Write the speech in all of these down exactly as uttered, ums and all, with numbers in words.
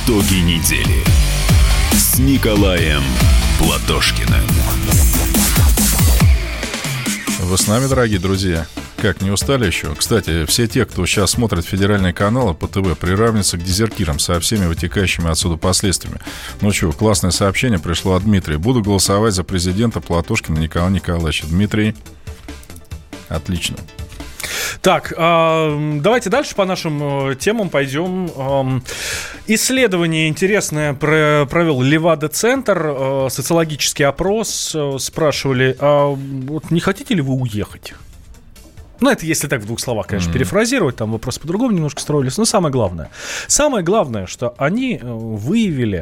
Итоги недели с Николаем Платошкиным. Вы с нами, дорогие друзья? Как, не устали еще? Кстати, все те, кто сейчас смотрит федеральные каналы по ТВ, приравниваются к дезертирам со всеми вытекающими отсюда последствиями. Ну что, классное сообщение пришло от Дмитрия. Буду голосовать за президента Платошкина Николая Николаевича. Дмитрий, отлично. Так, э, давайте дальше по нашим э, темам пойдем. Э, исследование интересное про, провел Левада-центр, э, социологический опрос. Э, спрашивали, а вот не хотите ли вы уехать? Ну, это если так в двух словах, конечно, mm-hmm. перефразировать, там вопросы по-другому немножко строились. Но самое главное, самое главное, что они выявили,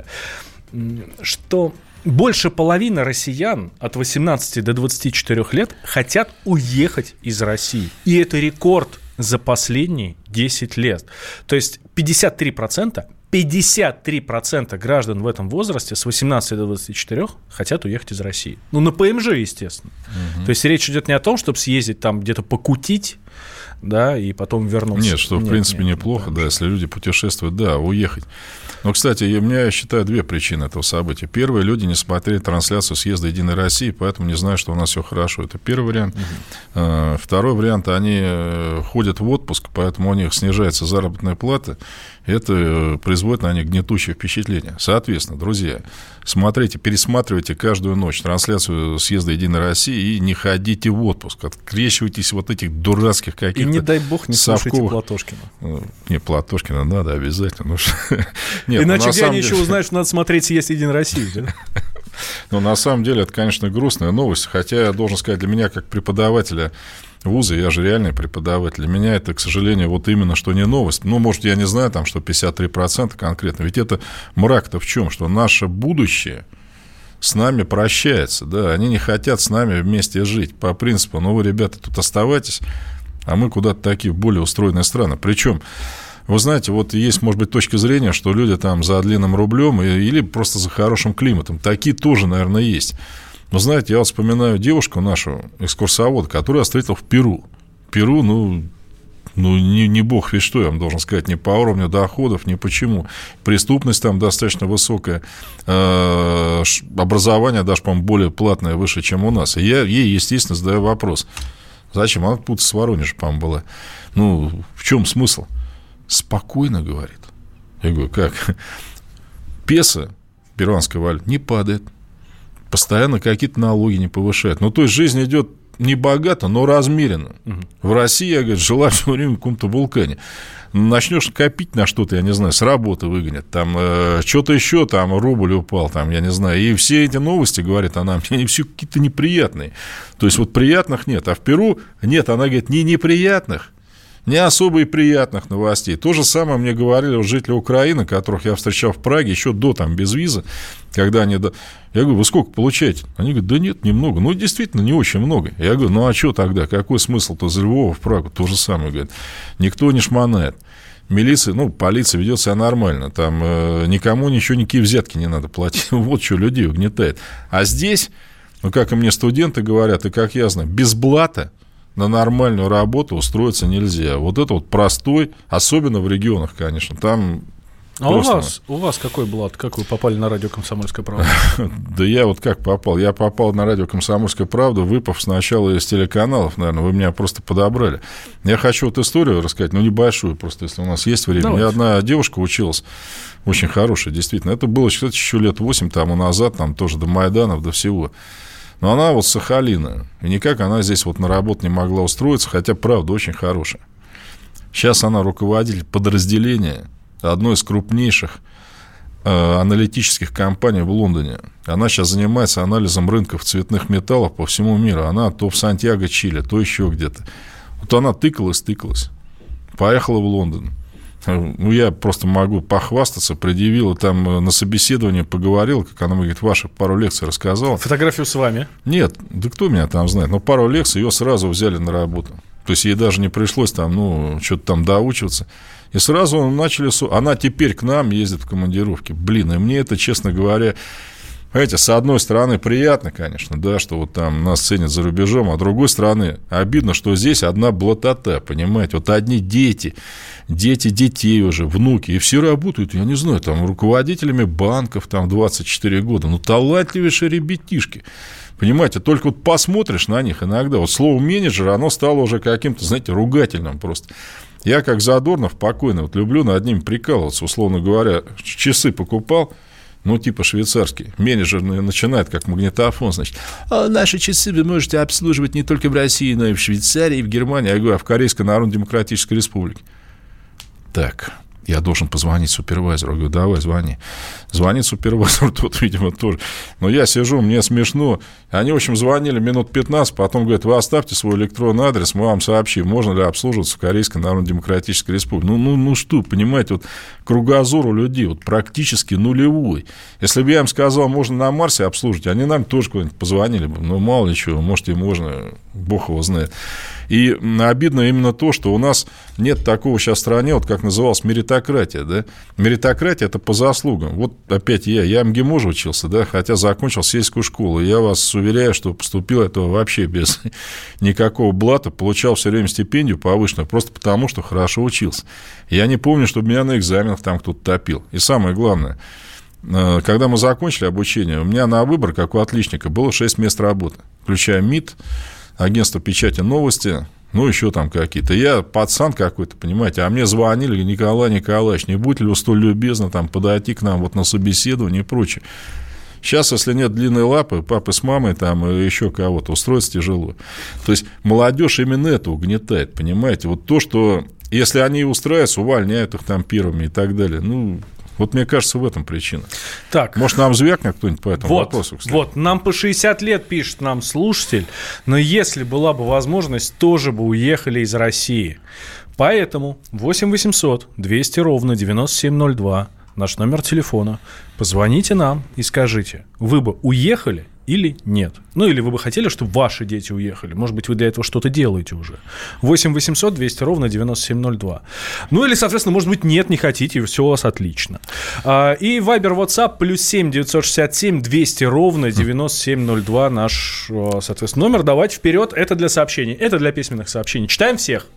что больше половины россиян от восемнадцати до двадцати четырёх лет хотят уехать из России. И это рекорд за последние десять лет. То есть пятьдесят три процента, пятьдесят три процента граждан в этом возрасте с восемнадцати до двадцати четырёх хотят уехать из России. Ну, на ПМЖ, естественно. Угу. То есть речь идет не о том, чтобы съездить там где-то покутить, да, и потом вернуться. Нет, что в нет, принципе нет, неплохо, да, если люди путешествуют, да, уехать. Но, кстати, у меня, я считаю, две причины этого события. Первое, люди не смотрели трансляцию съезда «Единой России», поэтому не знают, что у нас все хорошо. Это первый вариант. Угу. Второй вариант, они ходят в отпуск, поэтому у них снижается заработная плата. Это производит на них гнетущее впечатление. Соответственно, друзья, смотрите, пересматривайте каждую ночь трансляцию съезда «Единой России» и не ходите в отпуск. Открещивайтесь вот этих дурацких каких-то. И не дай бог не совковых... слушайте Платошкина. Не, Платошкина надо обязательно. Нет, иначе где они деле... еще узнают, что надо смотреть съезд «Единой России», да? Ну, на самом деле, это, конечно, грустная новость. Хотя, я должен сказать, для меня, как преподавателя вуза, я же реальный преподаватель, для меня это, к сожалению, вот именно что не новость. Ну, может, я не знаю, там, что пятьдесят три процента конкретно. Ведь это мрак-то в чем? Что наше будущее с нами прощается, да, они не хотят с нами вместе жить. По принципу, ну, вы, ребята, тут оставайтесь, а мы куда-то такие в более устроенные страны. Причем, вы знаете, вот есть, может быть, точка зрения, что люди там за длинным рублем или просто за хорошим климатом. Такие тоже, наверное, есть. Но, знаете, я вот вспоминаю девушку нашу, экскурсовод, которую я встретил в Перу. Перу, ну, ну не, не бог ведь что, я вам должен сказать, ни по уровню доходов, ни почему. Преступность там достаточно высокая, э, образование даже, по-моему, более платное, выше, чем у нас. И я ей, естественно, задаю вопрос. Зачем? Она тут с Воронежа, по-моему, была. Ну, в чем смысл? Спокойно, говорит. Я говорю, как? Песо, перуанская валюта, не падает. Постоянно какие-то налоги не повышают. Ну, то есть, жизнь идет не богато, но размеренно. Угу. В России, я, говорю, жила все время в каком-то вулкане. Начнешь копить на что-то, я не знаю, с работы выгонят, там, э, что-то еще, там, рубль упал, там, я не знаю. И все эти новости, говорит она, они все какие-то неприятные. То есть, вот приятных нет. А в Перу нет, она говорит, не неприятных, не особо и приятных новостей. То же самое мне говорили жители Украины, которых я встречал в Праге еще до там, без визы, когда они... Я говорю, вы сколько получаете? Они говорят, да нет, немного. Ну, действительно, не очень много. Я говорю, ну, а что тогда? Какой смысл-то из Львова в Прагу? То же самое, говорят. Никто не шмонает. Милиция, ну, полиция ведет себя нормально. Там э, никому ничего, никакие взятки не надо платить. Вот что людей угнетает. А здесь, ну, как и мне студенты говорят, и как я знаю, без блата на нормальную работу устроиться нельзя. Вот это вот простой, особенно в регионах, конечно, там... А у вас, у вас какой блат? Как вы попали на радио «Комсомольская правда»? Да я вот как попал? Я попал на радио «Комсомольская правда», выпав сначала из телеканалов, наверное, вы меня просто подобрали. Я хочу вот историю рассказать, ну, небольшую просто, если у нас есть время. Давайте. У меня одна девушка училась, очень хорошая, действительно. Это было, кстати, еще лет восемь тому назад, там тоже до Майданов, до всего. Но она вот с Сахалина, и никак она здесь вот на работу не могла устроиться, хотя, правда, очень хорошая. Сейчас она руководитель подразделения одной из крупнейших э, аналитических компаний в Лондоне. Она сейчас занимается анализом рынков цветных металлов по всему миру. Она то в Сантьяго, Чили, то еще где-то. Вот она тыкалась, тыкалась. Поехала в Лондон. Ну, я просто могу похвастаться, предъявила там на собеседовании, поговорила, как она мне говорит, ваши пару лекций рассказала. Фотографию с вами? Нет, да кто меня там знает, но пару лекций, ее сразу взяли на работу. То есть ей даже не пришлось там, ну, что-то там доучиваться. И сразу начали... Она теперь к нам ездит в командировки. Блин, и мне это, честно говоря... Понимаете, с одной стороны, приятно, конечно, да, что вот там нас ценят за рубежом, а с другой стороны, обидно, что здесь одна блатота, понимаете, вот одни дети, дети детей уже, внуки, и все работают, я не знаю, там, руководителями банков, там, двадцать четыре года, ну, талантливейшие ребятишки. Понимаете, только вот посмотришь на них иногда, вот слово менеджер, оно стало уже каким-то, знаете, ругательным просто. Я, как Задорнов, покойный, вот люблю над ним прикалываться, условно говоря, часы покупал, ну, типа швейцарский. Менеджер начинает как магнитофон, значит, а наши часы вы можете обслуживать не только в России, но и в Швейцарии, и в Германии, я говорю, а в Корейской Народно-Демократической Республике. Так, я должен позвонить супервайзеру. Я говорю, давай, звони. Звонит супервайзеру, тот, видимо, тоже. Но я сижу, мне смешно. Они, в общем, звонили минут пятнадцать, потом говорят, вы оставьте свой электронный адрес, мы вам сообщим, можно ли обслуживаться в Корейской Народно-Демократической Республике. Ну, ну, ну что, понимаете, вот кругозор у людей вот практически нулевой. Если бы я им сказал, можно на Марсе обслуживать, они нам тоже куда-нибудь позвонили бы. Ну, мало ли чего, может, и можно, бог его знает. И обидно именно то, что у нас нет такого сейчас в стране, вот как называлась меритократия, да? Меритократия – это по заслугам. Вот опять я, я МГИМО же учился, да, хотя закончил сельскую школу. И я вас уверяю, что поступил этого вообще без никакого блата, получал все время стипендию повышенную, просто потому, что хорошо учился. Я не помню, чтобы меня на экзаменах там кто-то топил. И самое главное, когда мы закончили обучение, у меня на выбор, как у отличника, было шесть мест работы, включая МИД, агентство печати новости, ну, еще там какие-то. Я пацан какой-то, понимаете, а мне звонили, Николай Николаевич, не будь ли вы столь любезны там подойти к нам вот на собеседование и прочее. Сейчас, если нет длинной лапы, папы с мамой там и еще кого-то, устроиться тяжело. То есть молодежь именно это угнетает, понимаете, вот то, что если они устраиваются, увольняют их там первыми и так далее, ну... Вот мне кажется, в этом причина. Так. Может, нам звякнет кто-нибудь по этому вот, вопросу, кстати. Вот, нам по шестьдесят лет пишет нам слушатель, но если была бы возможность, тоже бы уехали из России. Поэтому восемь восемьсот двести ровно девяносто семь ноль два, наш номер телефона. Позвоните нам и скажите, вы бы уехали или нет? Ну, или вы бы хотели, чтобы ваши дети уехали? Может быть, вы для этого что-то делаете уже? восемь восемьсот двести ровно девяносто семь ноль два. Ну, или, соответственно, может быть, нет, не хотите, и все у вас отлично. И Вайбер, WhatsApp, плюс семь девятьсот шестьдесят семь двести ровно девяносто семь ноль два, наш, соответственно, номер. Давайте вперед. Это для сообщений, это для письменных сообщений. Читаем всех.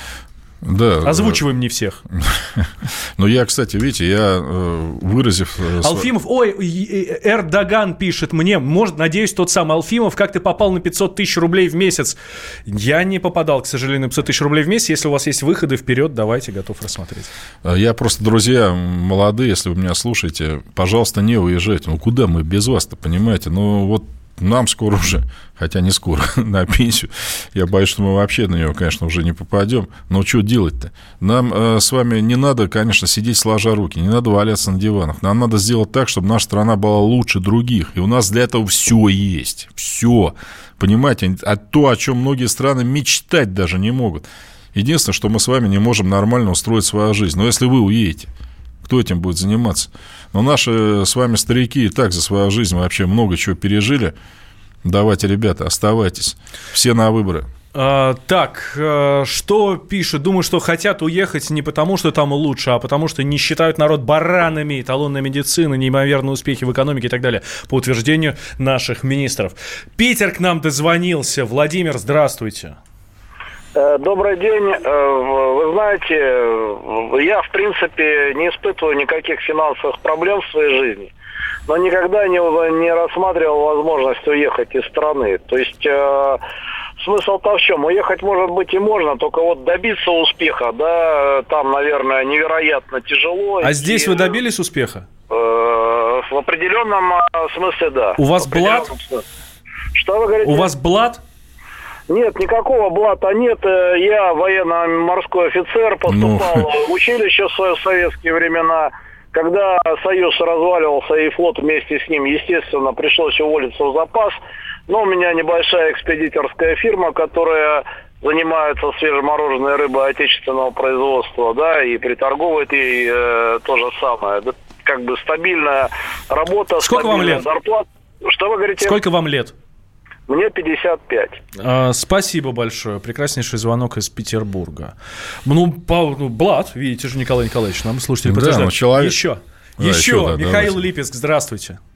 Да. Озвучиваем не всех. Ну, я, кстати, видите, я, выразив... Алфимов, ой, Эрдоган пишет мне, может, надеюсь, тот самый Алфимов, как ты попал на пятьсот тысяч рублей в месяц? Я не попадал, к сожалению, на пятьсот тысяч рублей в месяц. Если у вас есть выходы, вперед, давайте, готов рассмотреть. Я просто, друзья молодые, если вы меня слушаете, пожалуйста, не уезжайте. Ну, куда мы без вас-то, понимаете? Ну, вот нам скоро уже, хотя не скоро, на пенсию. Я боюсь, что мы вообще на нее, конечно, уже не попадем. Но что делать-то? Нам э, с вами не надо, конечно, сидеть сложа руки, не надо валяться на диванах. Нам надо сделать так, чтобы наша страна была лучше других. И у нас для этого все есть. Все. Понимаете? А то, о чем многие страны мечтать даже не могут. Единственное, что мы с вами не можем нормально устроить свою жизнь. Но если вы уедете, кто этим будет заниматься? Но наши с вами старики и так за свою жизнь вообще много чего пережили. Давайте, ребята, оставайтесь. Все на выборы. А, так, а, что пишут? Думаю, что хотят уехать не потому, что там лучше, а потому, что не считают народ баранами, эталонная медицина, неимоверные успехи в экономике и так далее, по утверждению наших министров. Питер к нам дозвонился. Владимир, здравствуйте. Добрый день. Вы знаете, я, в принципе, не испытываю никаких финансовых проблем в своей жизни, но никогда не, не рассматривал возможность уехать из страны. То есть э, смысл-то в чем? Уехать, может быть, и можно, только вот добиться успеха, да, там, наверное, невероятно тяжело. А и, здесь вы добились успеха? Э, в определенном смысле, да. У вас блат? Что вы говорите? У вас блат? Нет, никакого блата нет. Я военно-морской офицер, поступал ну... в училище в советские времена. Когда Союз разваливался и флот вместе с ним, естественно, пришлось уволиться в запас. Но у меня небольшая экспедиторская фирма, которая занимается свежемороженой рыбой отечественного производства, да, и приторговывает ей э, то же самое. Да, как бы стабильная работа. Сколько вам лет? Зарплата. Что вы говорите? Сколько вам лет? Мне пятьдесят пять. А, спасибо большое. Прекраснейший звонок из Петербурга. Ну, по, ну блат, видите же, Николай Николаевич, нам слушатели да, подтверждают. Человек... Еще, да, еще, еще да, Михаил давайте. Липецк, здравствуйте. Добрый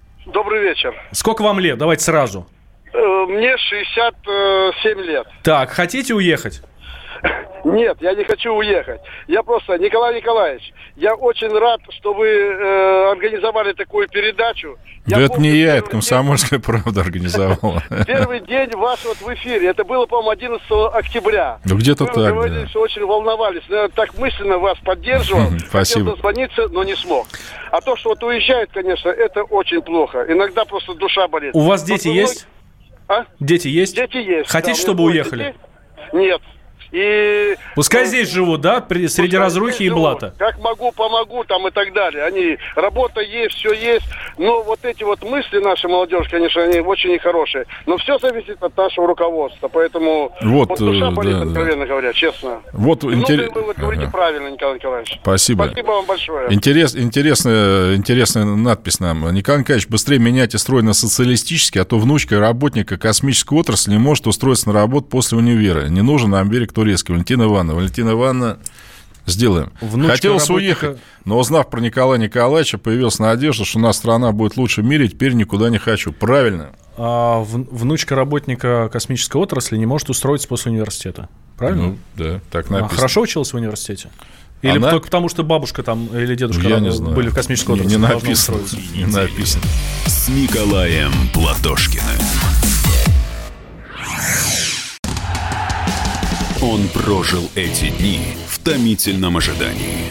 добрый вечер. Сколько вам лет? Давайте сразу. Мне шестьдесят семь лет. Так, хотите уехать? Нет, я не хочу уехать. Я просто, Николай Николаевич, я очень рад, что вы э, организовали такую передачу. Да я это помню, не я, это день... «Комсомольская правда» организовала. Первый день ваш вот в эфире, это было, по-моему, одиннадцатого октября. Ну где-то вы так, Вы говорили, да. что очень волновались. Я так мысленно вас поддерживал. Спасибо. Хотел дозвониться, но не смог. А то, что вот уезжает, конечно, это очень плохо. Иногда просто душа болит. У вас дети вот есть? А? Дети есть? Дети есть. Хотите, да, чтобы уехали? Детей? Нет. И, Пускай ну, здесь живут, да, при, среди пускай разрухи и живут. блата. Как могу, помогу там и так далее. Они, работа есть, все есть. Но вот эти вот мысли нашей молодежи, конечно, они очень нехорошие. Но все зависит от нашего руководства. Поэтому вот, вот душа болит, да, откровенно да. говоря, честно. Вот интерес... Вы вот говорите ага. правильно, Николай Николаевич. Спасибо. Спасибо вам большое. Интерес, интересная, интересная надпись нам. Николай Николаевич, быстрее меняйте строй на социалистический, а то внучка работника космической отрасли не может устроиться на работу после универа. Не нужен нам берег турецкий. Валентина Ивановна. Валентина Ивановна, сделаем. Внучка Хотелось работника... уехать, но узнав про Николая Николаевича, появилась надежда, что у нас страна будет лучше в мире, теперь никуда не хочу. Правильно. А внучка работника космической отрасли не может устроиться после университета. Правильно? Ну, да, так написано. А хорошо училась в университете? Или Она... только потому, что бабушка там или дедушка Я там не знаю. были в космической отрасли? Не, не написано. Не написано. С Николаем Платошкиным. Он прожил эти дни в томительном ожидании.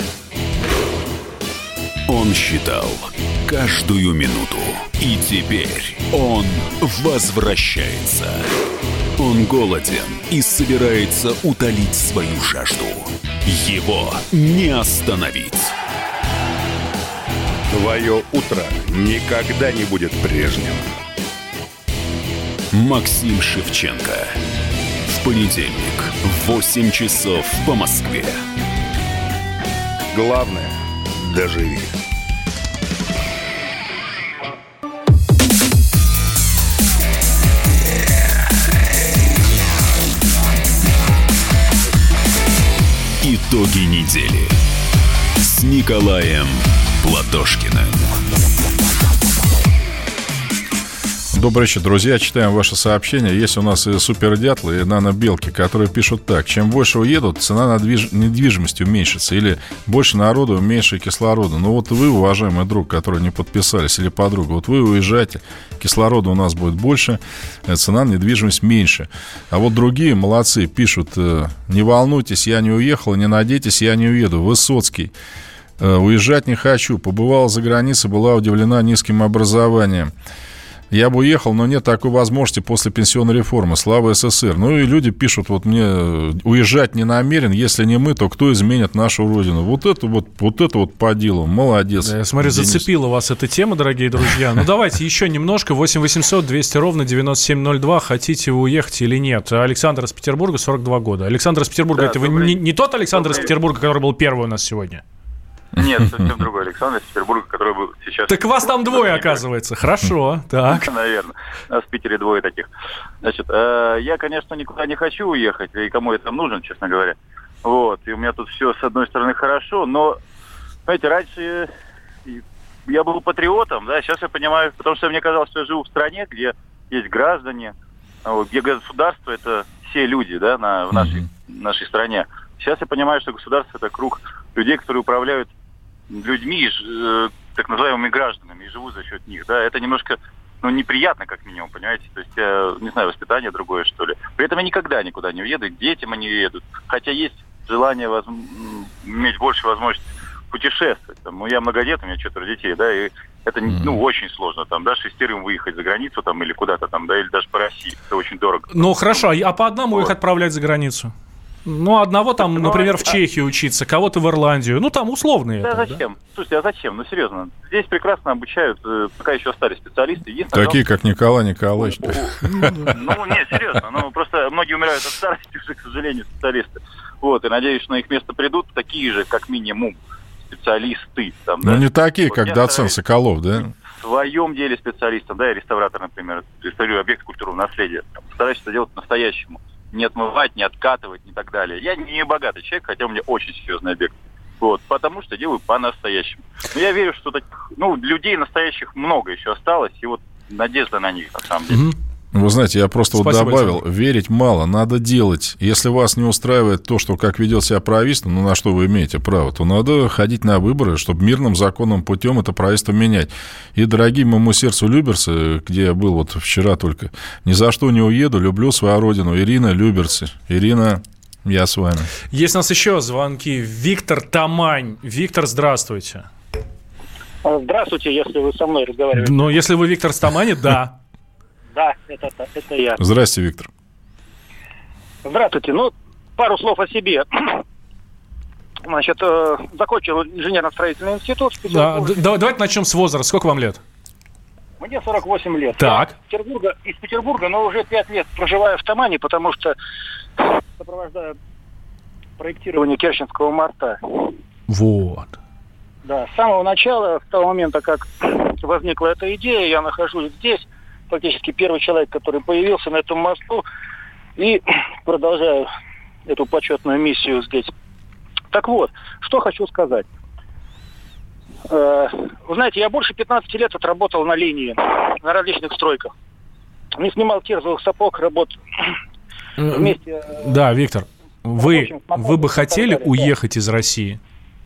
Он считал каждую минуту. И теперь он возвращается. Он голоден и собирается утолить свою жажду. Его не остановить. Твое утро никогда не будет прежним. Максим Шевченко. В понедельник в восемь часов по Москве. Главное – доживи. Итоги недели с Николаем Платошкиным. Добрый вечер, друзья. Читаем ваши сообщения. Есть у нас и супердятлы, и нанобелки, которые пишут так. Чем больше уедут, цена на движ... недвижимости уменьшится. Или больше народу, меньше кислорода. Ну вот вы, уважаемый друг, который не подписались, или подруга, вот вы уезжаете, кислорода у нас будет больше, цена на недвижимость меньше. А вот другие молодцы пишут: не волнуйтесь, я не уехал, не надейтесь, я не уеду. Высоцкий. Уезжать не хочу. Побывала за границей, была удивлена низким образованием. Я бы уехал, но нет такой возможности после пенсионной реформы. Слава СССР. Ну и люди пишут, вот мне уезжать не намерен, если не мы, то кто изменит нашу родину? Вот это вот, вот это вот по делу. Молодец. Да, я смотрю, Денис. зацепила вас эта тема, дорогие друзья. Ну давайте еще немножко. восемь восемьсот двести ровно девяносто семь ноль два. Хотите вы уехать или нет? Александр из Петербурга, сорок два года. Александр из Петербурга, да, это вы не, не тот Александр добрый... из Петербурга, который был первый у нас сегодня? Нет, совсем другой Александр из Петербурга, который был сейчас... Так вас там двое, оказывается. Хорошо, так. Наверное. Нас в Питере двое таких. Значит, э, я, конечно, никуда не хочу уехать, и кому это нужно, честно говоря. Вот, и у меня тут все, с одной стороны, хорошо, но, знаете, раньше я был патриотом, да, сейчас я понимаю, потому что мне казалось, что я живу в стране, где есть граждане, где государство — это все люди, да, на, в нашей, mm-hmm. нашей стране. Сейчас я понимаю, что государство — это круг людей, которые управляют людьми, э, так называемыми гражданами, и живут за счет них, да, это немножко, ну, неприятно, как минимум, понимаете, то есть, я, не знаю, воспитание другое, что ли. При этом я никогда никуда не уеду, детям они уедут, хотя есть желание воз... иметь больше возможности путешествовать, там, ну, я многодетный, у меня четверо детей, да, и это, ну, очень сложно, там, да, шестерым выехать за границу, там, или куда-то там, да, или даже по России, это очень дорого. Ну, хорошо, а по одному вот. Их отправлять за границу? Ну, одного там, ну, например, в Чехию а... учиться, кого-то в Ирландию. Ну, там условные. Да, это, зачем? Да? Слушайте, а зачем? Ну, серьезно. Здесь прекрасно обучают, пока еще остались специалисты. Такие, как Николай Николаевич. Ну, нет, серьезно. Ну, просто многие умирают от старости уже, к сожалению, специалисты. Вот, и надеюсь, что на их место придут такие же, как минимум, специалисты. Ну, не такие, как доцент Соколов, да? В своем деле специалистом, да, я реставратор, например, реставрирую объект культурного наследия. Стараюсь это делать по-настоящему. Не отмывать, не откатывать и так далее. Я не богатый человек, хотя у меня очень серьезный объект. Вот, потому что делаю по-настоящему. Но я верю, что таких, ну, людей настоящих много еще осталось, и вот надежда на них, на самом деле. Mm-hmm. Вы знаете, я просто Спасибо, вот добавил, Александр. Верить мало, надо делать. Если вас не устраивает то, что как ведет себя правительство, ну, на что вы имеете право, то надо ходить на выборы, чтобы мирным законным путем это правительство менять. И, дорогие моему сердцу люберцы, где я был вот вчера только, ни за что не уеду, люблю свою родину. Ирина, люберцы. Ирина, я с вами. Есть у нас еще звонки. Виктор Тамань. Виктор, здравствуйте. Здравствуйте, если вы со мной разговариваете. Ну, если вы Виктор с Тамани, да. Да, это, это, это я. Здрасте, Виктор. Здравствуйте. Ну, пару слов о себе. Значит, э, закончил инженерно-строительный институт. Да, д- давайте начнем с возраста. Сколько вам лет? Мне сорок восемь лет. Так. Я из Петербурга, из Петербурга, но уже пять лет проживаю в Тамане, потому что сопровождаю проектирование Керченского моста. Вот. Да, с самого начала, с того момента, как возникла эта идея, я нахожусь здесь. Фактически первый человек, который появился на этом мосту, и продолжаю эту почетную миссию здесь. Так вот, что хочу сказать. Э, вы знаете, я больше пятнадцати лет отработал на линии, на различных стройках. Не снимал кирзовых сапог, работал вместе... Да, Виктор, вы, вы бы хотели уехать да. из России?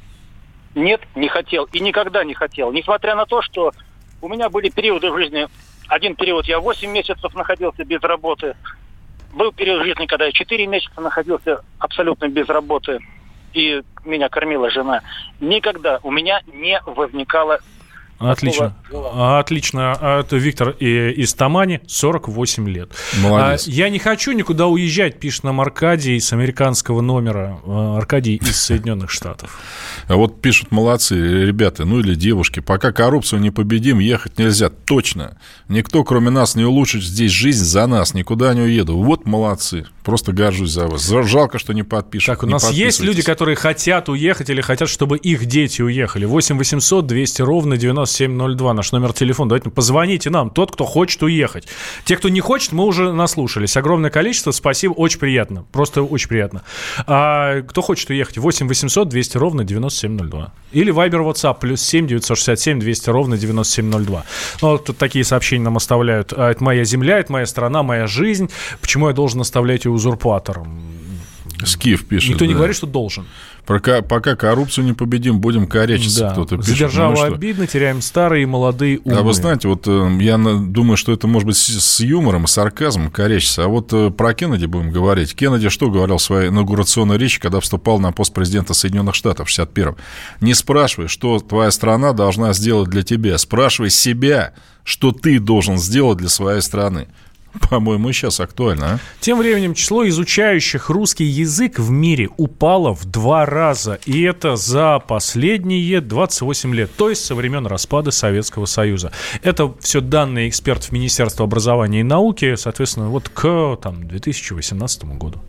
Нет, не хотел. И никогда не хотел. Несмотря на то, что у меня были периоды в жизни... Один период я восемь месяцев находился без работы. Был период жизни, когда я четыре месяца находился абсолютно без работы. И меня кормила жена. Никогда у меня не возникало... Отлично. Отлично. Это Виктор из Тамани, сорок восемь лет. Молодец. Я не хочу никуда уезжать, пишет нам Аркадий с американского номера. Аркадий из Соединенных Штатов. А вот пишут, молодцы ребята, ну или девушки, пока коррупцию не победим, ехать нельзя. Точно. Никто, кроме нас, не улучшит здесь жизнь за нас. Никуда не уеду. Вот молодцы. Просто горжусь за вас. Жалко, что не подпишут. Так, у нас есть люди, которые хотят уехать или хотят, чтобы их дети уехали. восемь восемьсот двести ровно девяносто семь ноль два. Наш номер телефона. Давайте позвоните нам. Тот, кто хочет уехать. Те, кто не хочет, мы уже наслушались. Огромное количество. Спасибо. Очень приятно. Просто очень приятно. А кто хочет уехать? восемь восемьсот двести ровно девяносто семь ноль два. Или Viber, WhatsApp. Плюс семь девятьсот шестьдесят семь двести ровно девяносто семь ноль два. Ну, тут такие сообщения нам оставляют. А, это моя земля, это моя страна, моя жизнь. Почему я должен оставлять ее узурпатором? Скиф пишет. Никто не да. говорит, что должен. Пока, пока коррупцию не победим, будем корячиться, да. Кто-то пишет. За державу ну, обидно, теряем старые и молодые умные. А вы знаете, вот я думаю, что это может быть с юмором, с сарказмом корячиться. А вот про Кеннеди будем говорить. Кеннеди что говорил в своей инаугурационной речи, когда вступал на пост президента Соединенных Штатов в шестьдесят первом? Не спрашивай, что твоя страна должна сделать для тебя. Спрашивай себя, что ты должен сделать для своей страны. По-моему, сейчас актуально, а? Тем временем число изучающих русский язык в мире упало в два раза. И это за последние двадцать восемь лет, то есть со времен распада Советского Союза. Это все данные экспертов Министерства образования и науки, соответственно, вот к там, две тысячи восемнадцатому году.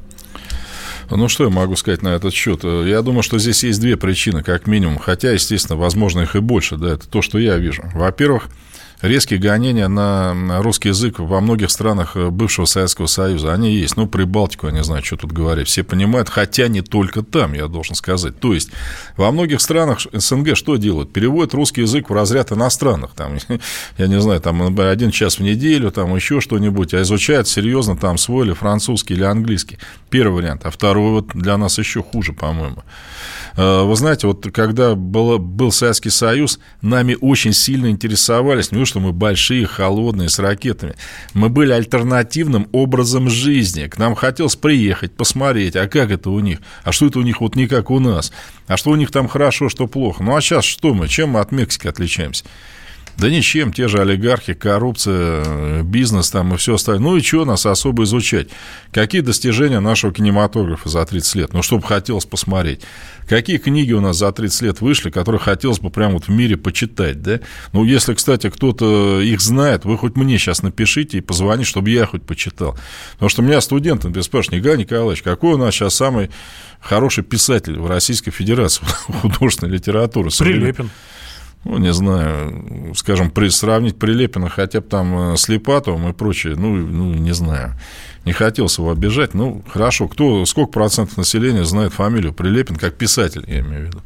Ну, что я могу сказать на этот счет? Я думаю, что здесь есть две причины, как минимум. Хотя, естественно, возможно, их и больше. Да, это то, что я вижу. Во-первых, резкие гонения на русский язык во многих странах бывшего Советского Союза, они есть. Ну, Прибалтику, я не знаю, что тут говорить. Все понимают, хотя не только там, я должен сказать. То есть, во многих странах СНГ что делают? Переводят русский язык в разряд иностранных. Там, я не знаю, там один час в неделю, там еще что-нибудь, а изучают серьезно там свой или французский, или английский. Первый вариант. А второй вот для нас еще хуже, по-моему. Вы знаете, вот когда был, был Советский Союз, нами очень сильно интересовались, не то, что мы большие, холодные, с ракетами. Мы были альтернативным образом жизни. К нам хотелось приехать, посмотреть, а как это у них? А что это у них вот не как у нас? А что у них там хорошо, что плохо? Ну, а сейчас что мы? Чем мы от Мексики отличаемся? Да ничем, те же олигархи, коррупция, бизнес там и все остальное. Ну и что нас особо изучать? Какие достижения нашего кинематографа за тридцать лет? Ну, чтобы хотелось посмотреть. Какие книги у нас за тридцать лет вышли, которые хотелось бы прямо вот в мире почитать, да? Ну, если, кстати, кто-то их знает, вы хоть мне сейчас напишите и позвоните, чтобы я хоть почитал. Потому что меня студенты спрашивают: Николай Николаевич, какой у нас сейчас самый хороший писатель в Российской Федерации художественной литературы? Прилепин. Ну, не знаю, скажем, при, сравнить Прилепина хотя бы там с Липатовым и прочее, ну, ну, не знаю. Не хотелось его обижать. Ну, хорошо, кто, сколько процентов населения знает фамилию Прилепин как писатель, я имею в виду?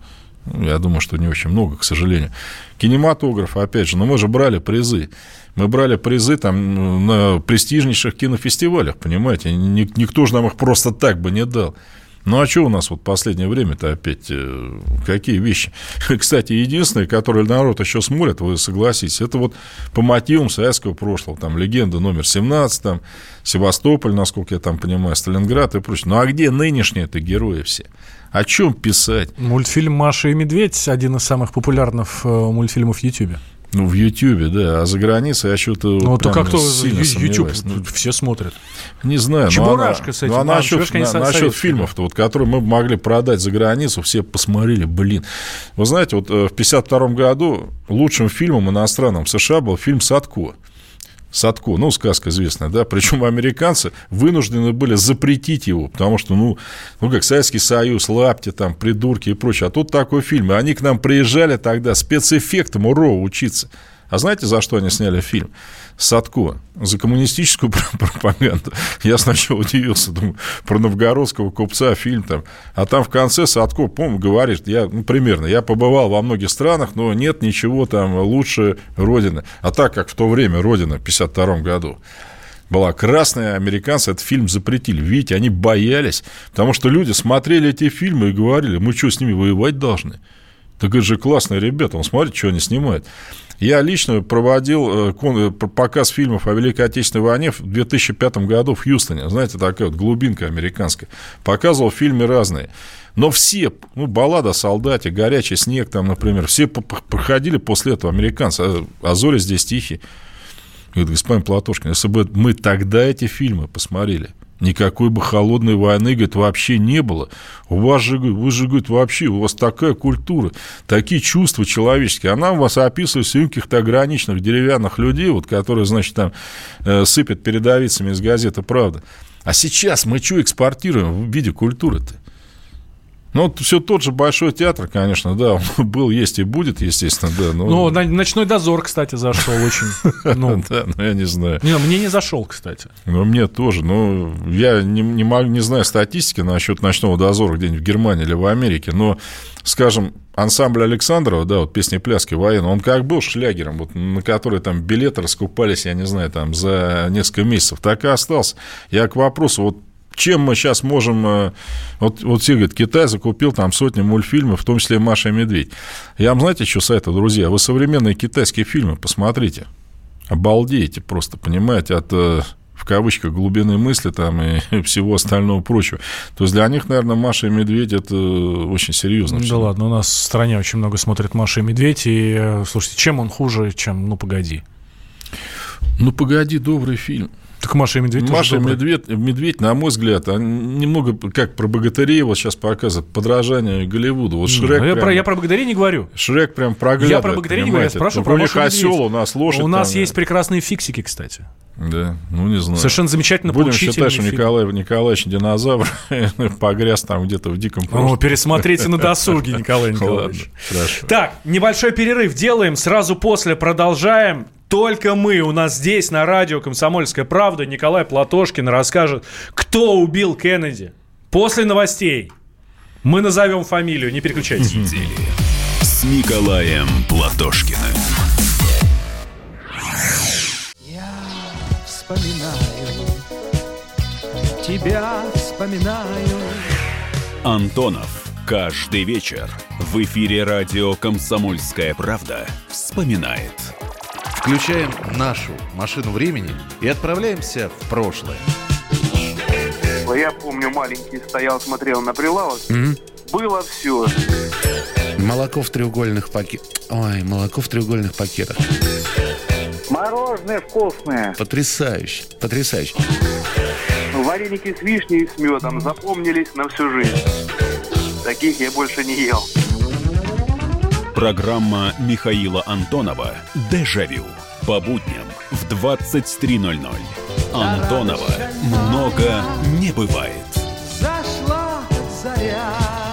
Я думаю, что не очень много, к сожалению. Кинематограф, опять же, но мы же брали призы. Мы брали призы там на престижнейших кинофестивалях, понимаете? Никто же нам их просто так бы не дал. Ну, а что у нас вот в последнее время-то опять? Какие вещи? Кстати, единственное, которое народ еще смотрит, вы согласитесь, это вот по мотивам советского прошлого. Там «Легенда номер семнадцать», там Севастополь, насколько я там понимаю, Сталинград и прочее. Ну, а где нынешние-то герои все? О чем писать? Мультфильм «Маша и медведь» — один из самых популярных мультфильмов в Ютьюбе. Ну, в Ютьюбе, да, а за границей я что-то ну, то как-то Ютьюб все смотрят. Не знаю. Чебурашка с этим. Ну, а насчет, на, насчет фильмов-то, вот, которые мы могли продать за границу, все посмотрели, блин. Вы знаете, вот в пятьдесят втором году лучшим фильмом иностранным в США был фильм «Садко». Садко, ну, сказка известная, да, причем американцы вынуждены были запретить его, потому что, ну, ну как Советский Союз, лапти, там, придурки и прочее, а тут такой фильм, и они к нам приезжали тогда спецэффектам УРО учиться. А знаете, за что они сняли фильм? Садко. За коммунистическую пропаганду. Я сначала удивился, думаю, про новгородского купца фильм там. А там в конце Садко, по-моему, говорит, я, ну, примерно, я побывал во многих странах, но нет ничего там лучше Родины. А так как в то время Родина в пятьдесят втором году была красная, американцы этот фильм запретили. Видите, они боялись, потому что люди смотрели эти фильмы и говорили, мы что, с ними воевать должны? Так это же классные ребята, он смотрит, что они снимают. Я лично проводил показ фильмов о Великой Отечественной войне в две тысячи пятом году в Хьюстоне. Знаете, такая вот глубинка американская. Показывал фильмы разные. Но все, ну, «Баллада о солдате», «Горячий снег», там, например, все проходили после этого американцы. «А зори здесь тихие». Говорит, господин Платошкин, если бы мы тогда эти фильмы посмотрели, никакой бы холодной войны, говорит, вообще не было. У вас же, вы же, говорит, вообще, у вас такая культура, такие чувства человеческие. А нам вас описывают каких-то ограниченных деревянных людей, вот, которые, значит, там э, сыпят передовицами из газеты «Правда». А сейчас мы что экспортируем в виде культуры-то? Ну, вот все тот же Большой театр, конечно, да, он был, есть и будет, естественно, да. Но... Ну, «Ночной дозор», кстати, зашел очень. Ну, да, ну, я не знаю. Не, мне не зашел, кстати. Ну, мне тоже. Ну, я не, не, могу, не знаю статистики насчет «Ночного дозора» где-нибудь в Германии или в Америке, но, скажем, ансамбль Александрова, да, вот песни пляски военные, он как был шлягером, вот, на который там билеты раскупались, я не знаю, там за несколько месяцев, так и остался. Я к вопросу, вот, чем мы сейчас можем... Вот, вот все говорят, Китай закупил там сотни мультфильмов, в том числе «Маша и медведь». Я вам знаете, что советую, друзья? Вы современные китайские фильмы посмотрите. Обалдеете просто, понимаете, от, в кавычках, глубины мысли там и всего остального прочего. То есть для них, наверное, «Маша и медведь» — это очень серьезно. Да ладно, у нас в стране очень много смотрят «Маша и медведь», и, слушайте, чем он хуже, чем «Ну, погоди»? «Ну, погоди» — добрый фильм. Так «Маша и медведь» Маша и медведь, медведь, на мой взгляд, немного как про богатырей вот сейчас показывают, подражание Голливуду. Вот Шрек я, прям, про, я про богатырей не говорю. Шрек прям проглядывает. Я про богатырей не говорю, я спрашиваю про Машу и медведь. У них осел, у нас лошадь. У нас там, есть прекрасные фиксики, кстати. Да, ну не знаю. Совершенно замечательно. Будем считать, что Николай Николаевич динозавр погряз там где-то в диком прошлом. Ну, пересмотрите на досуге, Николай Николаевич. Так, небольшой перерыв делаем, сразу после продолжаем. Только мы, у нас здесь на радио «Комсомольская правда» Николай Платошкин расскажет, кто убил Кеннеди. После новостей мы назовем фамилию, не переключайтесь. С Николаем Платошкиным. Я вспоминаю, тебя вспоминаю. Антонов. Каждый вечер в эфире радио «Комсомольская правда» вспоминает. Включаем нашу машину времени и отправляемся в прошлое. Я помню, маленький стоял, смотрел на прилавок. Mm-hmm. Было все. Молоко в треугольных пакетах. Ой, молоко в треугольных пакетах. Мороженое вкусное. Потрясающе, потрясающе. Вареники с вишней и с медом запомнились на всю жизнь. Таких я больше не ел. Программа Михаила Антонова «Дежавю». По будням в двадцать три ноль ноль. Антонова много не бывает. Зашла заря.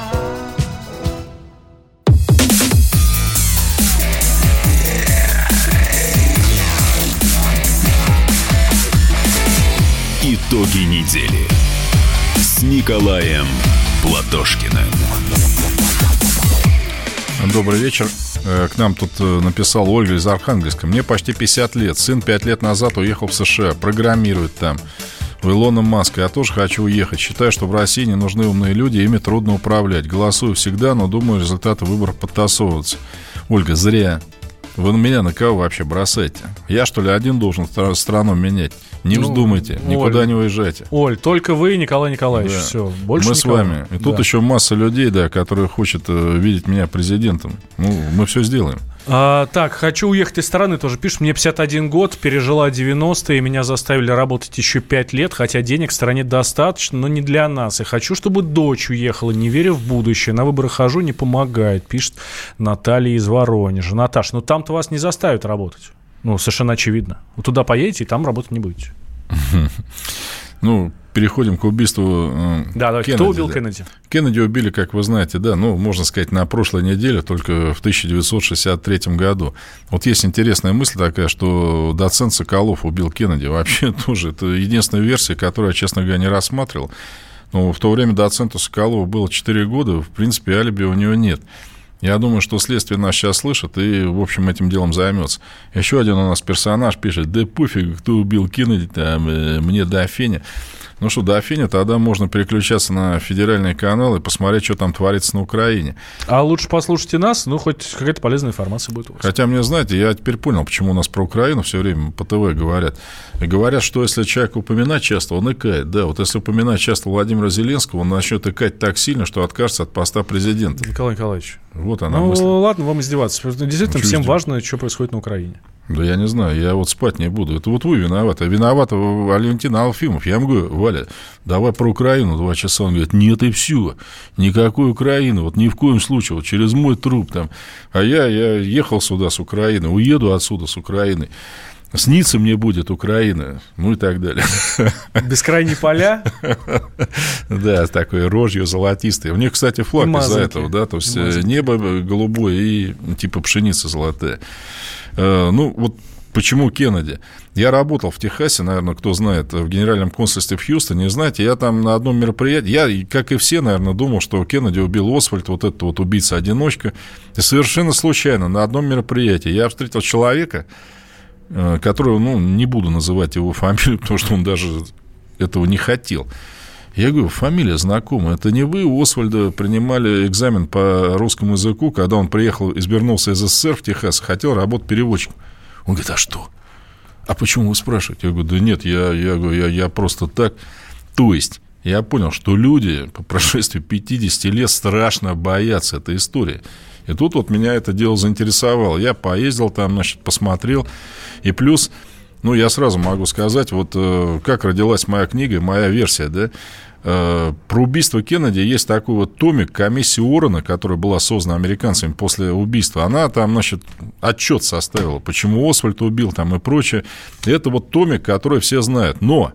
Итоги недели с Николаем Платошкиным. Добрый вечер. К нам тут написал Ольга из Архангельска. Мне почти пятьдесят лет. Сын пять лет назад уехал в США. Программирует там. У Илона Маска. Я тоже хочу уехать. Считаю, что в России не нужны умные люди, ими трудно управлять. Голосую всегда, но думаю, результаты выборов подтасовываются. Ольга, зря. Вы на меня на кого вообще бросаете? Я, что ли, один должен страну менять? Не ну, вздумайте, Оль, никуда не уезжайте. Оль, только вы, Николай Николаевич, да. Все, больше мы никого. С вами. И да. Тут еще масса людей, да, которые хотят видеть меня президентом. Ну, мы все сделаем. А, так, хочу уехать из страны, тоже пишет. Мне пятьдесят один год, пережила девяностые, меня заставили работать еще пять лет, хотя денег в стране достаточно, но не для нас. И хочу, чтобы дочь уехала, не веря в будущее. На выборы хожу, не помогает, пишет Наталья из Воронежа. Наташ, ну там-то вас не заставят работать. Ну, совершенно очевидно. Вы туда поедете, и там работать не будете. Ну, переходим к убийству э, да, Кеннеди. Кто убил Кеннеди? Кеннеди убили, как вы знаете, да, ну, можно сказать, на прошлой неделе, только в тысяча девятьсот шестьдесят третьем году. Вот есть интересная мысль такая, что доцент Соколов убил Кеннеди. Вообще тоже это единственная версия, которую я, честно говоря, не рассматривал. Но в то время доценту Соколову было четыре года, в принципе, алиби у него нет. Я думаю, что следствие нас сейчас слышит и, в общем, этим делом займется. Еще один у нас персонаж пишет: да пофиг, кто убил Кеннеди, там, э, мне до Афини. Ну что, до Афини, тогда можно переключаться на федеральный канал и посмотреть, что там творится на Украине. А лучше послушайте нас, ну, хоть какая-то полезная информация будет у вас. Хотя, мне, знаете, я теперь понял, почему у нас про Украину все время по ТВ говорят. И говорят, что если человек упоминать часто, он икает. Да, вот если упоминать часто Владимира Зеленского, он начнет икать так сильно, что откажется от поста президента. Николай Николаевич. Вот она ну, мысль. Ладно, вам издеваться. Действительно, ну, всем важно, что происходит на Украине. Да я не знаю, я вот спать не буду. Это вот вы виноваты. Виноват Валентин Алфимов. Я ему говорю: Валя, давай про Украину два часа. Он говорит: нет, и все. Никакой Украины. Вот ни в коем случае. Вот через мой труп там. А я, я ехал сюда с Украины, уеду отсюда с Украины. Снится мне будет Украина, ну и так далее. Бескрайние поля? Да, с такой рожью золотистой. У них, кстати, флаг из-за этого, да, то есть небо голубое и типа пшеница золотая. Ну, вот почему Кеннеди? Я работал в Техасе, наверное, кто знает, в генеральном консульстве в Хьюстоне. Знаете, я там на одном мероприятии, я, как и все, наверное, думал, что Кеннеди убил Освальд, вот этот вот убийца-одиночка. И совершенно случайно на одном мероприятии я встретил человека, которого, ну, не буду называть его фамилию, потому что он даже этого не хотел. Я говорю: фамилия знакомая. Это не вы у Освальда принимали экзамен по русскому языку, когда он приехал, извернулся из СССР в Техас, хотел работать переводчиком? Он говорит: а что? А почему вы спрашиваете? Я говорю: да нет, я, я, я, я просто так. То есть я понял, что люди по прошествии пятидесяти лет страшно боятся этой истории. И тут вот меня это дело заинтересовало. Я поездил там, значит, посмотрел. И плюс, ну, я сразу могу сказать, вот э, как родилась моя книга, моя версия, да, э, про убийство Кеннеди есть такой вот томик комиссии Уоррена, которая была создана американцами после убийства. Она там, значит, отчет составила, почему Освальд убил там и прочее. И это вот томик, который все знают. Но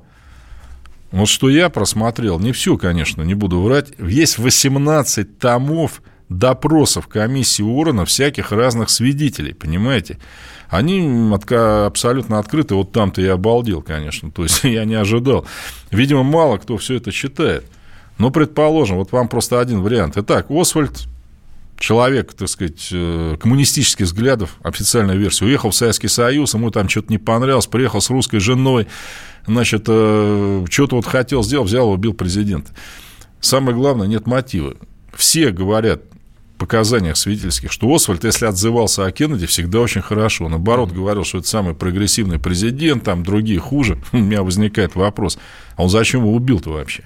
вот что я просмотрел, не все, конечно, не буду врать, есть восемнадцать томов допросов комиссии Уоррена всяких разных свидетелей, понимаете? Они абсолютно открыты. Вот там-то я обалдел, конечно. То есть я не ожидал. Видимо, мало кто все это читает. Но, предположим, вот вам просто один вариант. Итак, Освальд, человек, так сказать, коммунистических взглядов, официальная версия, уехал в Советский Союз, ему там что-то не понравилось, приехал с русской женой, значит, что-то вот хотел сделать, взял и убил президента. Самое главное, нет мотива. Все говорят в показаниях свидетельских, что Освальд, если отзывался о Кеннеди, всегда очень хорошо. Наоборот, говорил, что это самый прогрессивный президент, там другие хуже. У меня возникает вопрос: а он зачем его убил-то вообще?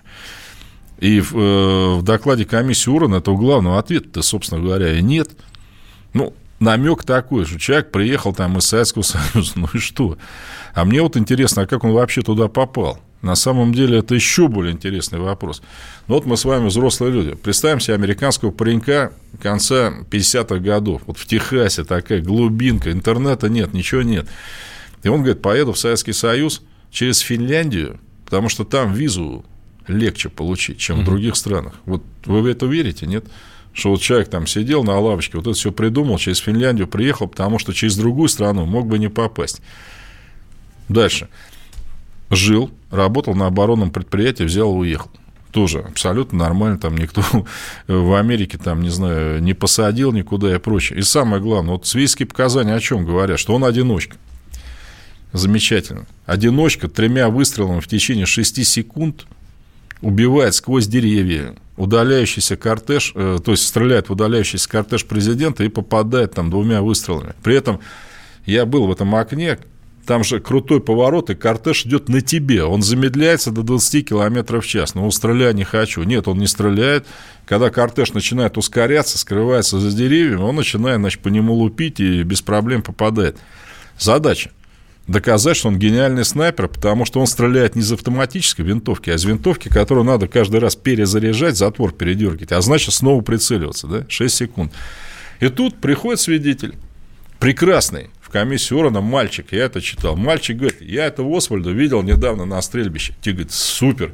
И в, э, в докладе комиссии Уоррена этого главного ответа-то, собственно говоря, и нет. Ну, намек такой, что человек приехал там из Советского Союза, ну и что? А мне вот интересно, а как он вообще туда попал? На самом деле это еще более интересный вопрос. Ну вот мы с вами взрослые люди. Представим себе американского паренька конца пятидесятых годов. Вот в Техасе такая глубинка, интернета нет, ничего нет. И он говорит: поеду в Советский Союз через Финляндию, потому что там визу легче получить, чем mm-hmm. в других странах. Вот вы в это верите, нет? Что вот человек там сидел на лавочке, вот это все придумал, через Финляндию приехал, потому что через другую страну мог бы не попасть. Дальше. Жил, работал на оборонном предприятии, взял и уехал. Тоже абсолютно нормально, там никто в Америке, там, не знаю, не посадил никуда и прочее. И самое главное, вот свидетельские показания о чем говорят? Что он одиночка. Замечательно. Одиночка тремя выстрелами в течение шести секунд убивает сквозь деревья удаляющийся кортеж, э, то есть стреляет в удаляющийся кортеж президента и попадает там двумя выстрелами. При этом я был в этом окне, там же крутой поворот, и кортеж идет на тебе. Он замедляется до двадцати километров в час. Но стреляй не хочу. Нет, он не стреляет. Когда кортеж начинает ускоряться, скрывается за деревьями, он начинает, значит, по нему лупить и без проблем попадает. Задача – доказать, что он гениальный снайпер, потому что он стреляет не из автоматической винтовки, а из винтовки, которую надо каждый раз перезаряжать, затвор передергивать, а значит, снова прицеливаться. Да? шесть секунд. И тут приходит свидетель. Прекрасный. Комиссию Орена мальчик, я это читал. Мальчик говорит, я этого Освальда видел недавно на стрельбище. Те говорит, супер.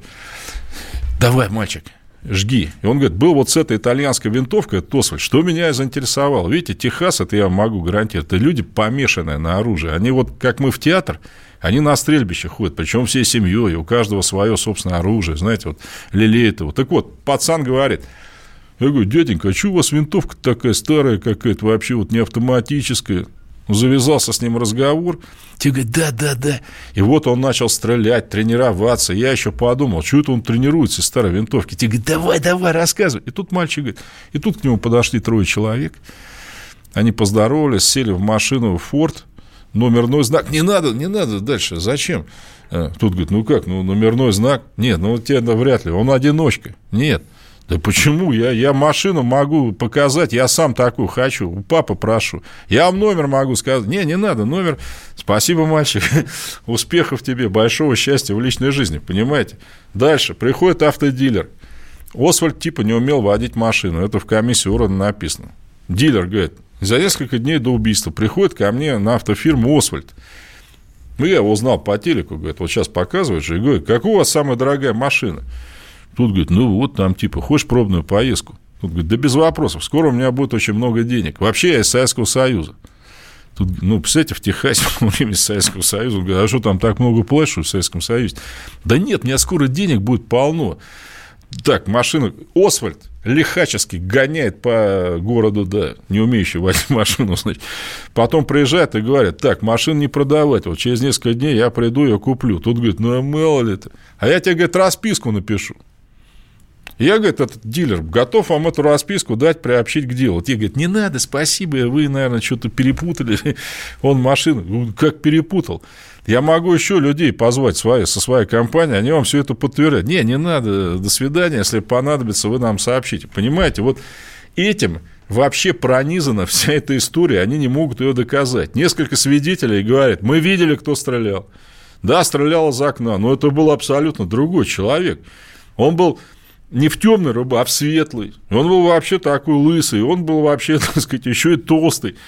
Давай, мальчик, жги. И он говорит, был вот с этой итальянской винтовкой, это Освальд, что меня и заинтересовало. Видите, Техас, это я вам могу гарантировать, это люди, помешанные на оружии. Они вот, как мы в театр, они на стрельбище ходят, причем всей семьей, у каждого свое собственное оружие, знаете, вот лелеет его. Так вот, пацан говорит, я говорю, дяденька, а что у вас винтовка такая старая какая-то, вообще вот не автоматическая? Завязался с ним разговор. Те говорят, да, да, да. И вот он начал стрелять, тренироваться. Я еще подумал, что это он тренируется из старой винтовки. Те говорят, давай, давай, рассказывай. И тут мальчик говорит, и тут к нему подошли трое человек. Они поздоровались, сели в машину Форд. Номерной знак. Не надо, не надо дальше. Зачем? Тут говорит, ну как, ну номерной знак. Нет, ну тебе вряд ли. Он одиночка. Нет. Да почему? Я, я машину могу показать, я сам такую хочу, у папы прошу. Я вам номер могу сказать. Не, не надо, номер. Спасибо, мальчик. Успехов тебе, большого счастья в личной жизни, понимаете? Дальше. Приходит автодилер. Освальд типа не умел водить машину. Это в комиссии Орена написано. Дилер говорит, за несколько дней до убийства приходит ко мне на автофирму Освальд. Ну, я его узнал по телеку, говорит, вот сейчас показывает же, и говорит, какая у вас самая дорогая машина? Тут, говорит, ну вот там, типа, хочешь пробную поездку? Тут, говорит, да без вопросов, скоро у меня будет очень много денег. Вообще я из Советского Союза. Тут, ну, представляете, в Техасе во время Советского Союза, он говорит, а что там так много платишь в Советском Союзе? Да нет, у меня скоро денег будет полно. Так, машина, Освальд лихачески гоняет по городу, да, не умеющий водить машину, значит. Потом приезжает и говорит, так, машину не продавать, вот через несколько дней я приду, ее куплю. Тут, говорит, ну, мало ли это. А я тебе, говорит, расписку напишу. Я, говорит, этот дилер готов вам эту расписку дать, приобщить к делу. Те говорят, не надо, спасибо, вы, наверное, что-то перепутали. Он машину, ну, как перепутал. Я могу еще людей позвать свои, со своей компанией, они вам все это подтвердят. Не, не надо, до свидания, если понадобится, вы нам сообщите. Понимаете, вот этим вообще пронизана вся эта история, они не могут ее доказать. Несколько свидетелей говорят, мы видели, кто стрелял. Да, стрелял из окна, но это был абсолютно другой человек. Он был не в темной рубашке, а в светлой. Он был вообще такой лысый, он был вообще, так сказать, еще и толстый.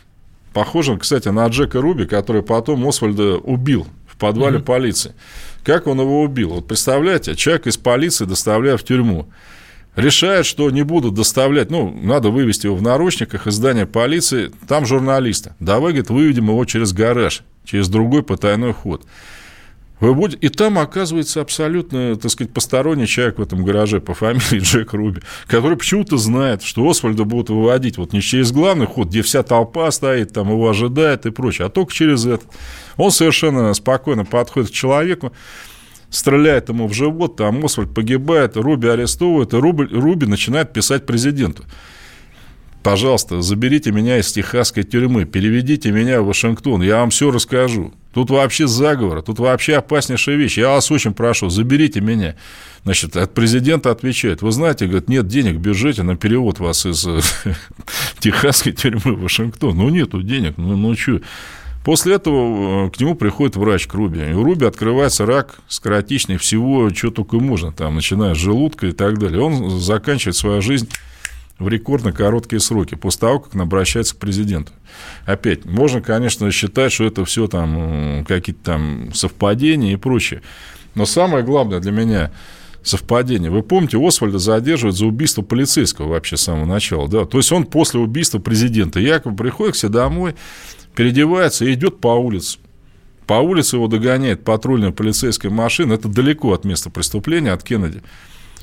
Похож, кстати, на Джека Руби, который потом Освальда убил в подвале mm-hmm. полиции. Как он его убил? Вот представляете, человек из полиции доставляет в тюрьму. Решает, что не будут доставлять, ну, надо вывести его в наручниках из здания полиции, там журналисты. Давай, говорит, выведем его через гараж, через другой потайной ход. Вы будете... И там оказывается абсолютно, так сказать, посторонний человек в этом гараже по фамилии Джек Руби, который почему-то знает, что Освальда будут выводить вот не через главный ход, где вся толпа стоит, там его ожидает и прочее, а только через этот. Он совершенно спокойно подходит к человеку, стреляет ему в живот, там Освальд погибает, Руби арестовывают, и Руби, Руби начинает писать президенту. Пожалуйста, заберите меня из техасской тюрьмы, переведите меня в Вашингтон, я вам все расскажу. Тут вообще заговор, тут вообще опаснейшая вещь. Я вас очень прошу, заберите меня. Значит, от президента отвечает, вы знаете, говорит, нет денег в бюджете на перевод вас из техасской тюрьмы в Вашингтон. Ну, нету денег, ну, ну что. После этого к нему приходит врач к Руби. И у Руби открывается рак скоротечный всего, что только можно, там, начиная с желудка и так далее. Он заканчивает свою жизнь в рекордно короткие сроки, после того, как он обращается к президенту. Опять, можно, конечно, считать, что это все там какие-то там совпадения и прочее. Но самое главное для меня совпадение. Вы помните, Освальда задерживают за убийство полицейского вообще с самого начала. Да? То есть он после убийства президента якобы приходит к себе домой, переодевается и идет по улице. По улице его догоняет патрульная полицейская машина. Это далеко от места преступления, от Кеннеди.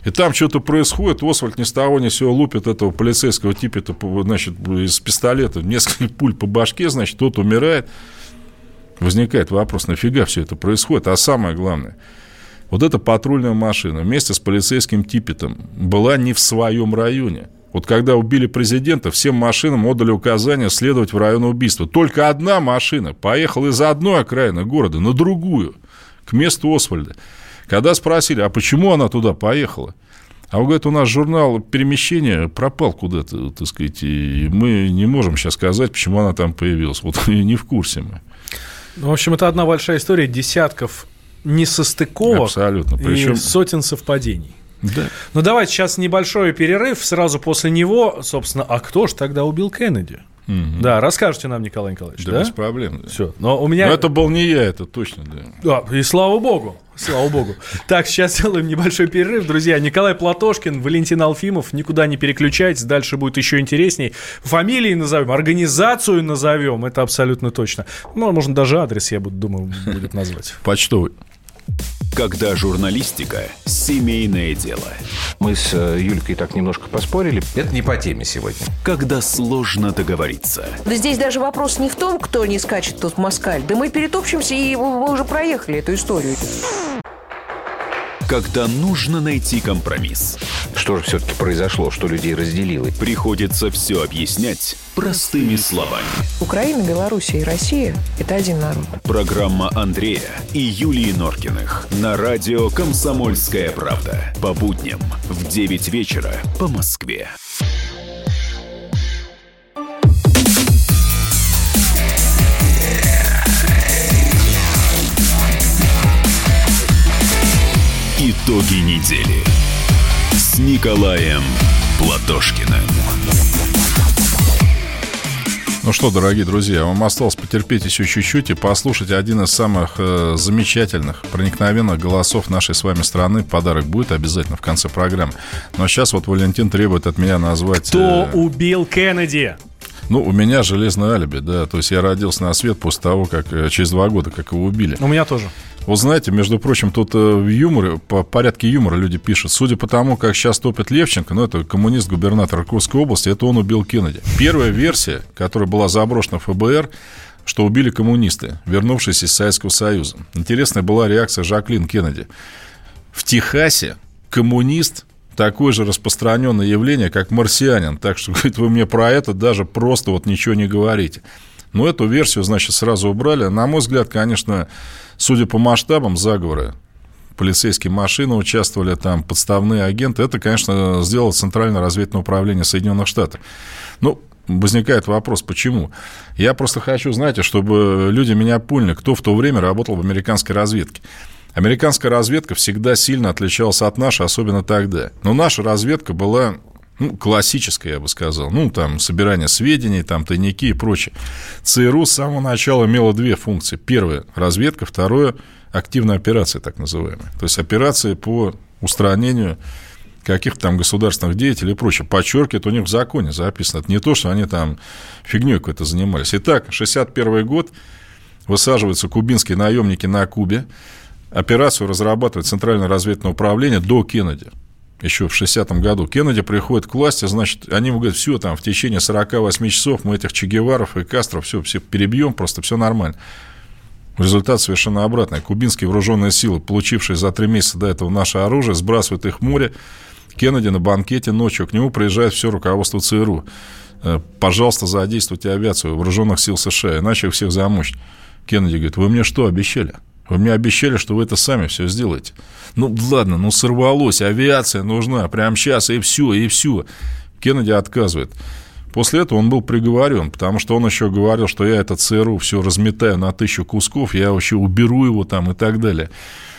И там что-то происходит, Освальд ни с того ни с сего лупит этого полицейского типа, значит, из пистолета несколько пуль по башке, значит, тот умирает. Возникает вопрос, нафига все это происходит? А самое главное, вот эта патрульная машина вместе с полицейским Типпетом была не в своем районе. Вот когда убили президента, всем машинам отдали указание следовать в район убийства. Только одна машина поехала из одной окраины города на другую, к месту Освальда. Когда спросили, а почему она туда поехала? А он говорит, у нас журнал перемещения пропал куда-то, так сказать, и мы не можем сейчас сказать, почему она там появилась. Вот не в курсе мы. Ну, в общем, это одна большая история десятков несостыковок. Абсолютно. Причем... и сотен совпадений. Да. Ну, давайте сейчас небольшой перерыв. Сразу после него, собственно, а кто же тогда убил Кеннеди? Угу. Да, расскажете нам, Николай Николаевич. Да, да? без проблем. Да. Все. Но у меня... Но это был не я, это точно, да. Да, и слава богу. Слава богу. Так, сейчас делаем небольшой перерыв. Друзья, Николай Платошкин, Валентин Алфимов. Никуда не переключайтесь, дальше будет еще интересней. Фамилии назовем, организацию назовем. Это абсолютно точно. Ну, можно даже адрес, я буду, думаю, будет назвать. Почтовый. Когда журналистика – семейное дело. Мы с Юлькой так немножко поспорили. Это не по теме сегодня. Когда сложно договориться. Да здесь даже вопрос не в том, кто не скачет тут в москаль. Да мы перетопчемся, и мы уже проехали эту историю. Когда нужно найти компромисс. Что же все-таки произошло, что людей разделило? Приходится все объяснять простыми словами. Украина, Белоруссия и Россия – это один народ. Программа Андрея и Юлии Норкиных на радио «Комсомольская правда». По будням в девять вечера по Москве. Итоги недели с Николаем Платошкиным. Ну что, дорогие друзья, вам осталось потерпеть еще чуть-чуть и послушать один из самых э, замечательных, проникновенных голосов нашей с вами страны. Подарок будет обязательно в конце программы. Но сейчас вот Валентин требует от меня назвать... Кто э, убил Кеннеди? Ну, у меня железное алиби, да. То есть я родился на свет после того, как через два года, как его убили. У меня тоже. Вот знаете, между прочим, тут в юморе, по порядке юмора люди пишут. Судя по тому, как сейчас топит Левченко, ну, это коммунист-губернатор Курской области, это он убил Кеннеди. Первая версия, которая была заброшена в эф бэ эр, что убили коммунисты, вернувшиеся из Советского Союза. Интересная была реакция Жаклин Кеннеди. В Техасе коммунист такое же распространенное явление, как марсианин. Так что, говорит, вы мне про это даже просто вот ничего не говорите. Но эту версию, значит, сразу убрали. На мой взгляд, конечно, судя по масштабам заговора, полицейские машины участвовали, там подставные агенты. Это, конечно, сделало Центральное разведывательное управление Соединенных Штатов. Ну, возникает вопрос, почему? Я просто хочу, знаете, чтобы люди меня поняли, кто в то время работал в американской разведке. Американская разведка всегда сильно отличалась от нашей, особенно тогда. Но наша разведка была... Ну, классическая, я бы сказал. Ну, там, собирание сведений, там, тайники и прочее. ЦРУ с самого начала имела две функции. Первая – разведка, второе – активная операция, так называемая. То есть, операции по устранению каких-то там государственных деятелей и прочее. Подчеркивает, у них в законе записано. Это не то, что они там фигней какой-то занимались. Итак, шестьдесят первый год, высаживаются кубинские наемники на Кубе. Операцию разрабатывает Центральное разведывательное управление до Кеннеди. Еще в шестидесятом году Кеннеди приходит к власти, значит, они ему говорят, все, там, в течение сорока восьми часов мы этих Че Геваров и Кастро все, все перебьем, просто все нормально. Результат совершенно обратный. Кубинские вооруженные силы, получившие за три месяца до этого наше оружие, сбрасывают их в море. Кеннеди на банкете ночью, к нему приезжает все руководство ЦРУ. Пожалуйста, задействуйте авиацию вооруженных сил США, иначе их всех замочат. Кеннеди говорит, вы мне что обещали? Вы мне обещали, что вы это сами все сделаете. Ну, ладно, ну сорвалось, авиация нужна, прямо сейчас, и все, и все. Кеннеди отказывает. После этого он был приговорен, потому что он еще говорил, что я это ЦРУ все разметаю на тысячу кусков, я вообще уберу его там и так далее.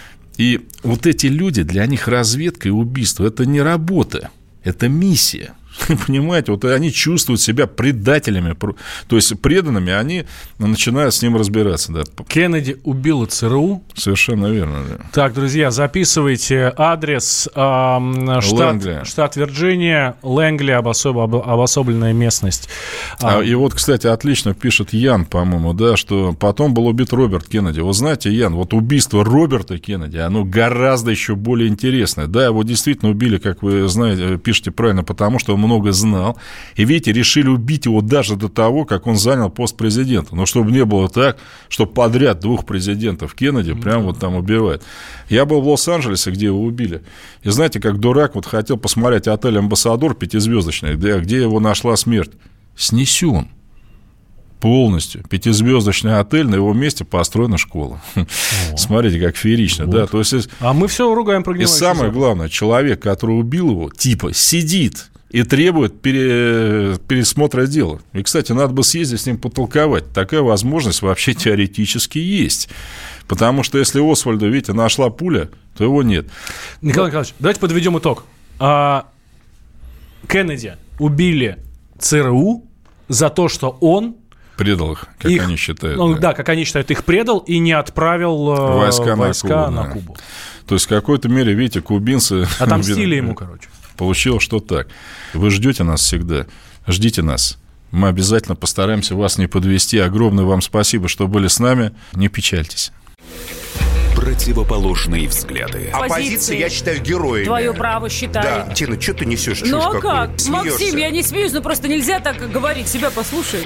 И вот эти люди, для них разведка и убийство – это не работа, это миссия. Понимаете, вот они чувствуют себя предателями, то есть преданными, они начинают с ним разбираться. Да. Кеннеди убил ЦРУ. Совершенно верно. Да. Так, друзья, записывайте адрес э, штат, штат Вирджиния, Лэнгли, обособ, обособленная местность. А, и вот, кстати, отлично пишет Ян, по-моему, да, что потом был убит Роберт Кеннеди. Вы знаете, Ян, вот убийство Роберта Кеннеди, оно гораздо еще более интересное. Да, его действительно убили, как вы знаете, пишете правильно, потому что он много знал. И, видите, решили убить его даже до того, как он занял пост президента. Но чтобы не было так, что подряд двух президентов Кеннеди mm-hmm. прям вот там убивают. Я был в Лос-Анджелесе, где его убили. И знаете, как дурак, вот хотел посмотреть отель «Амбассадор» пятизвездочный, где, где его нашла смерть. Снесен. Полностью. Пятизвездочный отель, на его месте построена школа. О, смотрите, как феерично. Вот. Да? То есть, а мы все ругаем прогнивающий И самое запах. Главное, человек, который убил его, типа, сидит и требует пере... пересмотра дела. И, кстати, надо бы съездить с ним потолковать. Такая возможность вообще теоретически есть. Потому что если Освальду, видите, нашла пуля, то его нет. Николай Николаевич, давайте подведем итог. А, Кеннеди убили ЦРУ за то, что он предал их, как их, они считают. Он, да. да, как они считают, их предал и не отправил войска, войска на, Кубу, на да. Кубу. То есть, в какой-то мере, видите, кубинцы... Отомстили ему, короче. Получилось, что так. Вы ждете нас всегда. Ждите нас. Мы обязательно постараемся вас не подвести. Огромное вам спасибо, что были с нами. Не печальтесь. Противоположные взгляды. Оппозиция, я считаю, героями. Твое право считаю. Да. Тина, что ты несешь? Ну а какую? как? Смеешься. Максим, я не смеюсь, но просто нельзя так говорить. Себя послушай.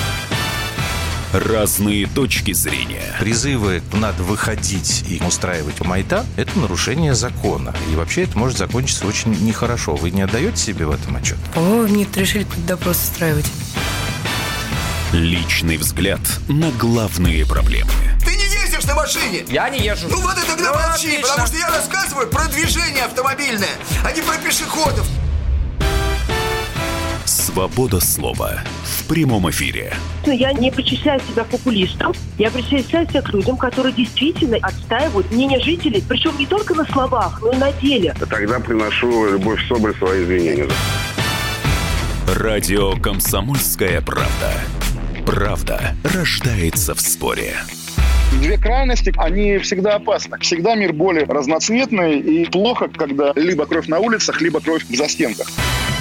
Разные точки зрения. Призывы «надо выходить и устраивать майдан» — это нарушение закона. И вообще это может закончиться очень нехорошо. Вы не отдаете себе в этом отчет? О, нет, решили допрос устраивать. Личный взгляд на главные проблемы. Ты не ездишь на машине? Я не езжу. Ну вот и тогда ну, молчи, отлично. потому что я рассказываю про движение автомобильное, а не про пешеходов. Свобода слова в прямом эфире. Я не причисляю себя популистом, я причисляю себя к людям, которые действительно отстаивают мнение жителей, причем не только на словах, но и на деле. Тогда приношу Любовь Соболь свои извинения. Радио «Комсомольская правда». Правда рождается в споре. Две крайности, они всегда опасны. Всегда мир более разноцветный, и плохо, когда либо кровь на улицах, либо кровь в застенках.